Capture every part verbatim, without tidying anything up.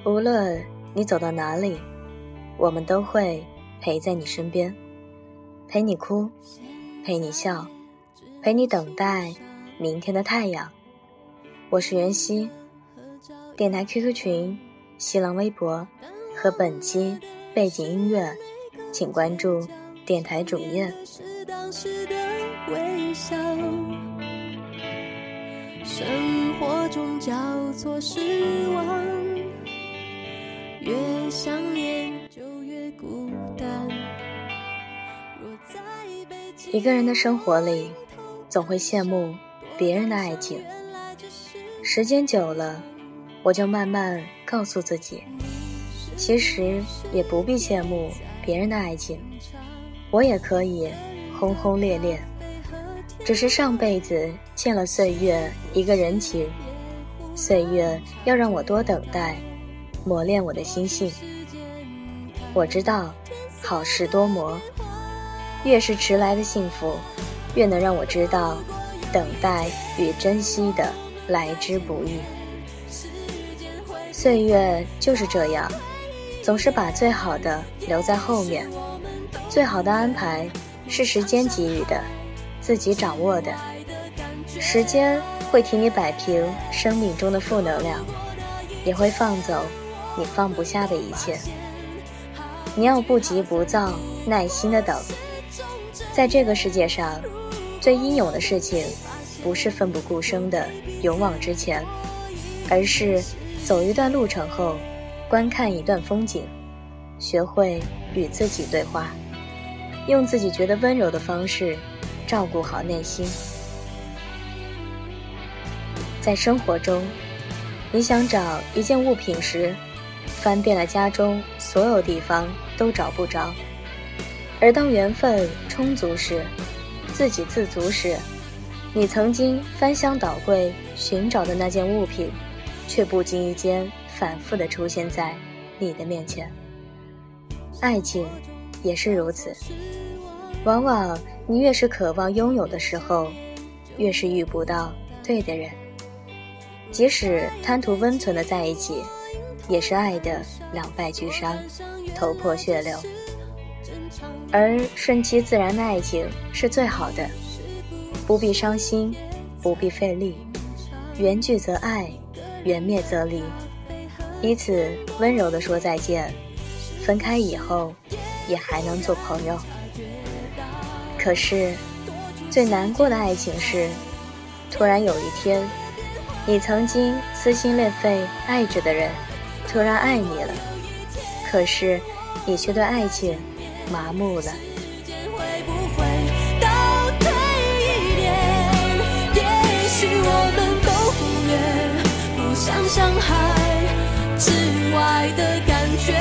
无论你走到哪里，我们都会陪在你身边，陪你哭，陪你笑，陪你等待明天的太阳。我是袁熙，电台 Q Q 群、新浪微博和本期背景音乐，请关注电台主页。 是当时的微笑，生活中交错失望，越想念就越孤单。 一个人的生活里，总会羡慕别人的爱情。时间久了，我就慢慢告诉自己，其实也不必羡慕别人的爱情，我也可以轰轰烈烈。只是上辈子欠了岁月一个人情，岁月要让我多等待，磨练我的心性。我知道好事多磨，越是迟来的幸福，越能让我知道等待与珍惜的来之不易。岁月就是这样，总是把最好的留在后面，最好的安排是时间给予的，自己掌握的。时间会替你摆平生命中的负能量，也会放走你放不下的一切。你要不急不躁，耐心的等。在这个世界上，最英勇的事情不是奋不顾身的勇往直前，而是走一段路程后观看一段风景，学会与自己对话，用自己觉得温柔的方式照顾好内心。在生活中，你想找一件物品时，翻遍了家中所有地方都找不着，而当缘分充足时，自给自足时，你曾经翻箱倒柜寻找的那件物品，却不经意间反复地出现在你的面前。爱情也是如此，往往你越是渴望拥有的时候，越是遇不到对的人。即使贪图温存的在一起，也是爱的两败俱伤，头破血流。而顺其自然的爱情是最好的，不必伤心，不必费力，缘聚则爱，缘灭则离，彼此温柔地说再见，分开以后也还能做朋友。可是最难过的爱情是，突然有一天，你曾经撕心裂肺爱着的人突然爱你了，可是你却对爱情麻木了。 会不会倒退一点，也许我们都忽略不想伤害之外的感觉。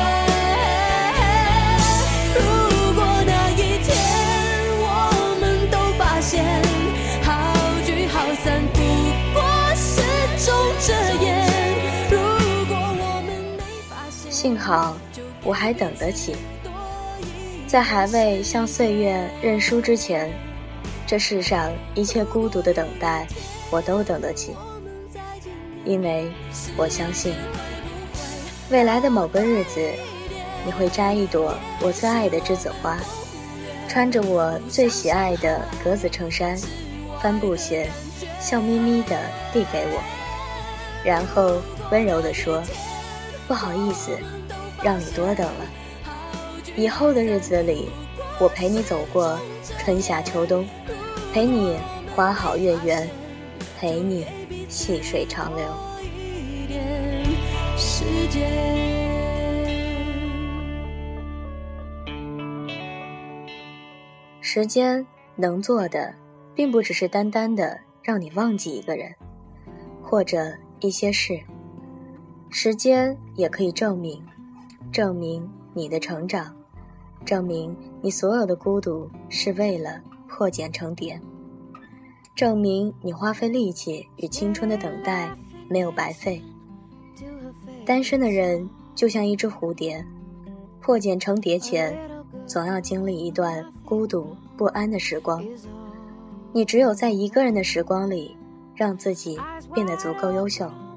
如果那一天我们都发现好聚好散不过是种遮掩，如果我们没发现， 幸好我还等得起，在还未向岁月认输之前，这世上一切孤独的等待我都等得起。因为我相信未来的某个日子，你会摘一朵我最爱的栀子花，穿着我最喜爱的格子衬衫，帆布鞋，笑眯眯地递给我，然后温柔地说，不好意思让你多等了。以后的日子里，我陪你走过春夏秋冬，陪你花好月圆，陪你细水长流。 时间时间能做的并不只是单单的让你忘记一个人或者一些事，时间也可以证明证明你的成长，证明你所有的孤独是为了破茧成蝶，证明你花费力气与青春的等待没有白费。单身的人就像一只蝴蝶，破茧成蝶前总要经历一段孤独不安的时光。你只有在一个人的时光里，让自己变得足够优秀，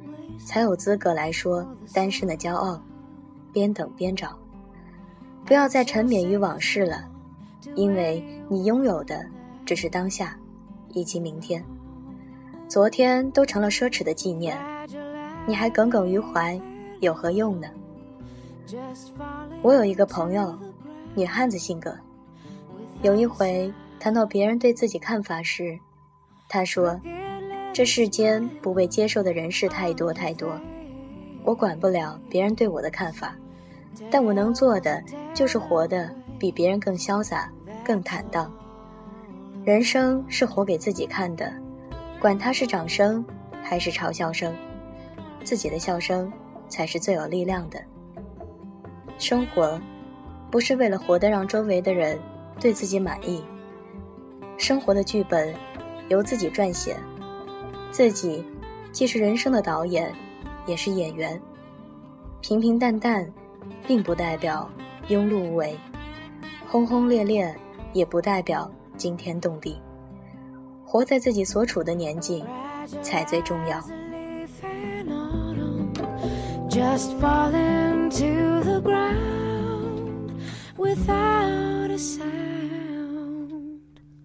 才有资格来说单身的骄傲。边等边找，不要再沉湎于往事了，因为你拥有的只是当下以及明天，昨天都成了奢侈的纪念，你还耿耿于怀，有何用呢？我有一个朋友，女汉子性格，有一回谈到别人对自己看法时，她说，这世间不被接受的人事太多太多，我管不了别人对我的看法，但我能做的就是活得比别人更潇洒更坦荡。人生是活给自己看的，管它是掌声还是嘲笑声，自己的笑声才是最有力量的。生活不是为了活得让周围的人对自己满意，生活的剧本由自己撰写，自己既是人生的导演也是演员。平平淡淡并不代表庸碌无为，轰轰烈烈也不代表惊天动地，活在自己所处的年纪才最重要。Just falling to the ground without a sound,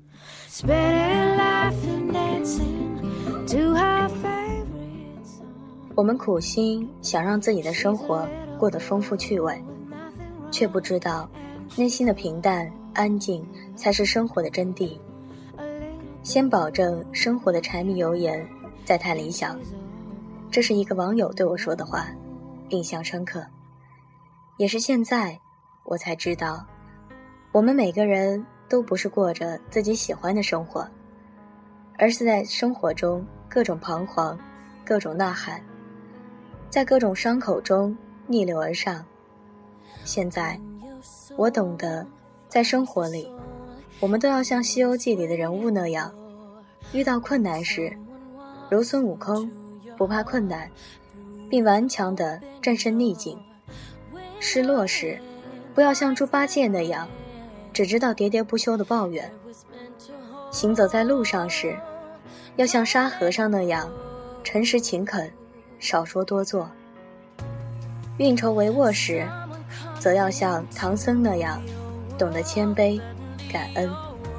spinning, laughing, dancing to her favorite song. 我们苦心想让自己的生活过得丰富趣味，却不知道内心的平淡安静才是生活的真谛。先保证生活的柴米油盐，再谈理想。这是一个网友对我说的话，印象深刻。也是现在我才知道，我们每个人都不是过着自己喜欢的生活，而是在生活中各种彷徨，各种呐喊，在各种伤口中逆流而上。现在我懂得，在生活里我们都要像《西游记》里的人物那样，遇到困难时如孙悟空，不怕困难，并顽强地战胜逆境。失落时不要像猪八戒那样只知道喋喋不休地抱怨。行走在路上时要像沙和尚那样诚实勤恳，少说多做。运筹帷幄时则要像唐僧那样懂得谦卑感恩。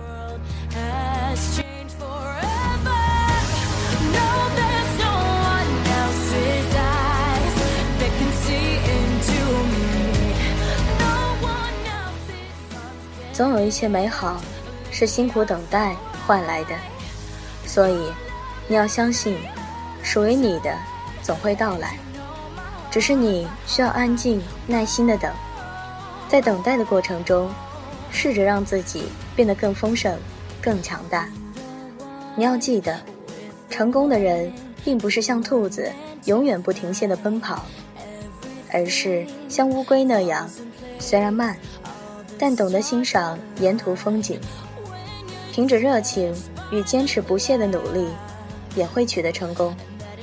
总有一些美好是辛苦等待换来的，所以你要相信，属于你的总会到来，只是你需要安静耐心地等。在等待的过程中，试着让自己变得更丰盛更强大。你要记得，成功的人并不是像兔子永远不停歇地奔跑，而是像乌龟那样，虽然慢，但懂得欣赏沿途风景，凭着热情与坚持不懈的努力，也会取得成功。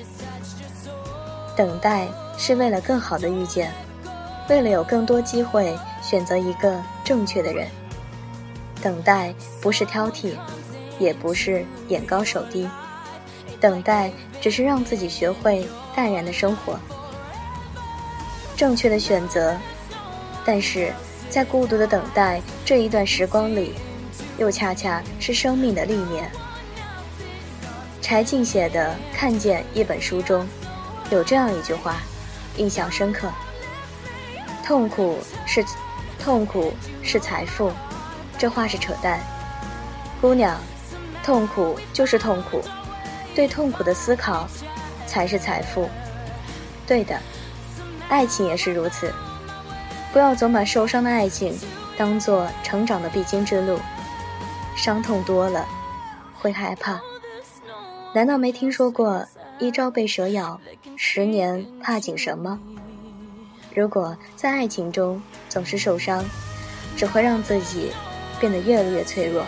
等待是为了更好的遇见，为了有更多机会选择一个正确的人。等待不是挑剔，也不是眼高手低，等待只是让自己学会淡然的生活。正确的选择，但是在孤独的等待这一段时光里，又恰恰是生命的历练。柴静写的《看见》一本书中有这样一句话，印象深刻：痛苦是痛苦是财富。这话是扯淡。姑娘，痛苦就是痛苦，对痛苦的思考才是财富。对的，爱情也是如此。不要总把受伤的爱情当作成长的必经之路，伤痛多了会害怕。难道没听说过一朝被蛇咬，十年怕井绳吗？如果在爱情中总是受伤，只会让自己变得越来越脆弱。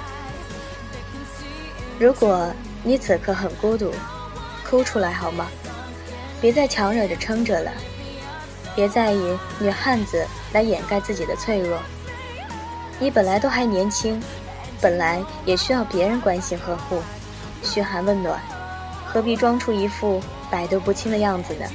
如果你此刻很孤独，哭出来好吗？别再强忍着撑着了，别再以女汉子来掩盖自己的脆弱。你本来都还年轻，本来也需要别人关心呵护嘘寒问暖，何必装出一副百毒不侵的样子呢？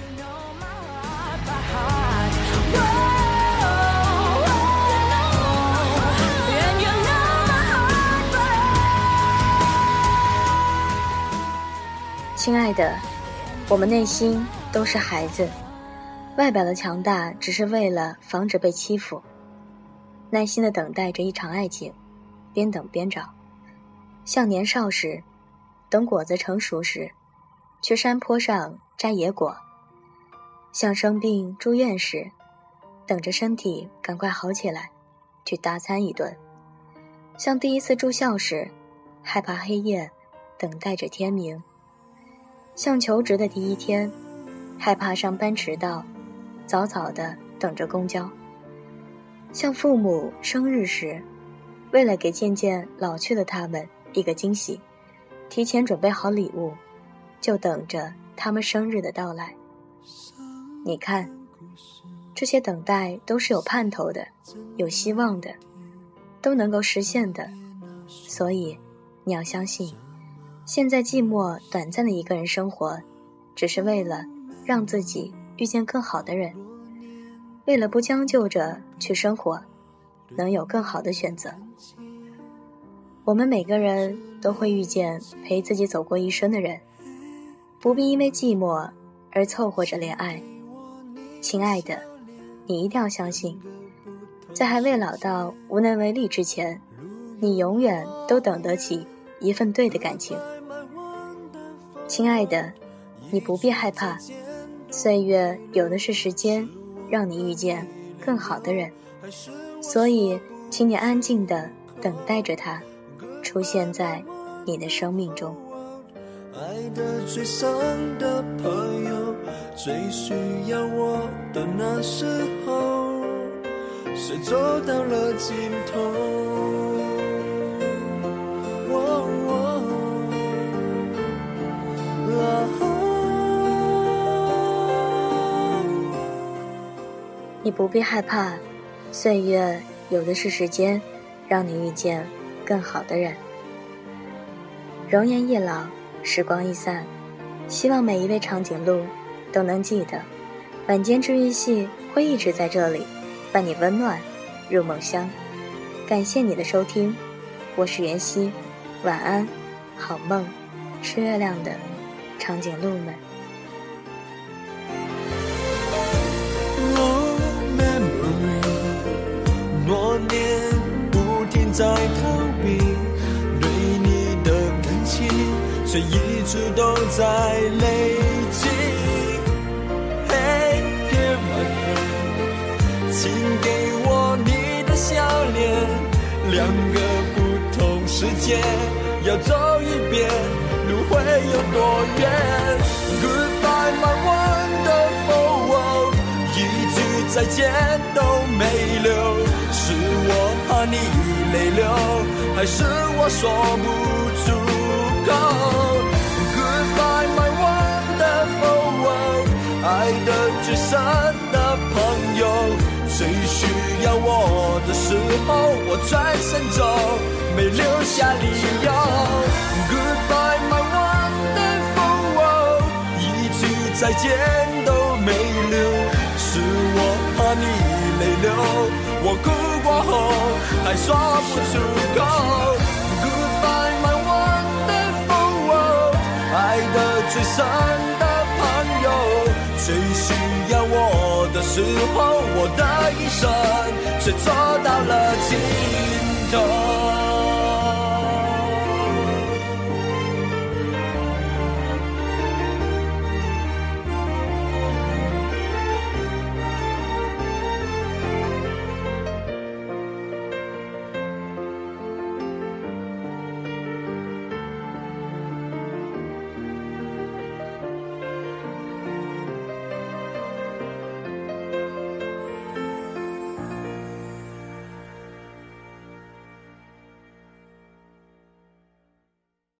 亲爱的，我们内心都是孩子，外表的强大只是为了防止被欺负，耐心地等待着一场爱情，边等边找，像年少时等果子成熟时去山坡上摘野果，像生病住院时等着身体赶快好起来去大餐一顿，像第一次住校时害怕黑夜等待着天明，像求职的第一天害怕上班迟到早早地等着公交，像父母生日时为了给渐渐老去的他们一个惊喜，提前准备好礼物，就等着他们生日的到来。你看，这些等待都是有盼头的，有希望的，都能够实现的。所以你要相信，现在寂寞短暂的一个人生活，只是为了让自己遇见更好的人，为了不将就着去生活，能有更好的选择。我们每个人都会遇见陪自己走过一生的人，不必因为寂寞而凑合着恋爱。亲爱的，你一定要相信，在还未老到无能为力之前，你永远都等得起一份对的感情。亲爱的，你不必害怕，岁月有的是时间让你遇见更好的人，所以请你安静地等待着他出现在你的生命中。 爱的最深的朋友，最需要我的那时候，是走到了尽头。哦哦、你不必害怕，岁月有的是时间让你遇见更好的人。容颜易老，时光易散，希望每一位长颈鹿都能记得，晚间治愈系会一直在这里伴你温暖入梦乡。感谢你的收听，我是袁熙，晚安，好梦，吃月亮的长颈鹿们。 多年不停在逃避，对你的感情却一直都在累积。 Hey dear my friend， 请给我你的笑脸，两个不同世界要走一遍，路会有多远？ Goodbye my wonderful world， 一句再见都没留，是我怕你泪流，还是我说不出口？ Goodbye my wonderful world， 爱的最深的朋友，最需要我的时候，我转身走，没留下理由。 Goodbye my wonderful world， 一句再见都没留，是我怕你泪流，我哭过后还说不出口。 Goodbye my wonderful world， 爱的最深的朋友，最需要我的时候，我的一生却走到了尽头。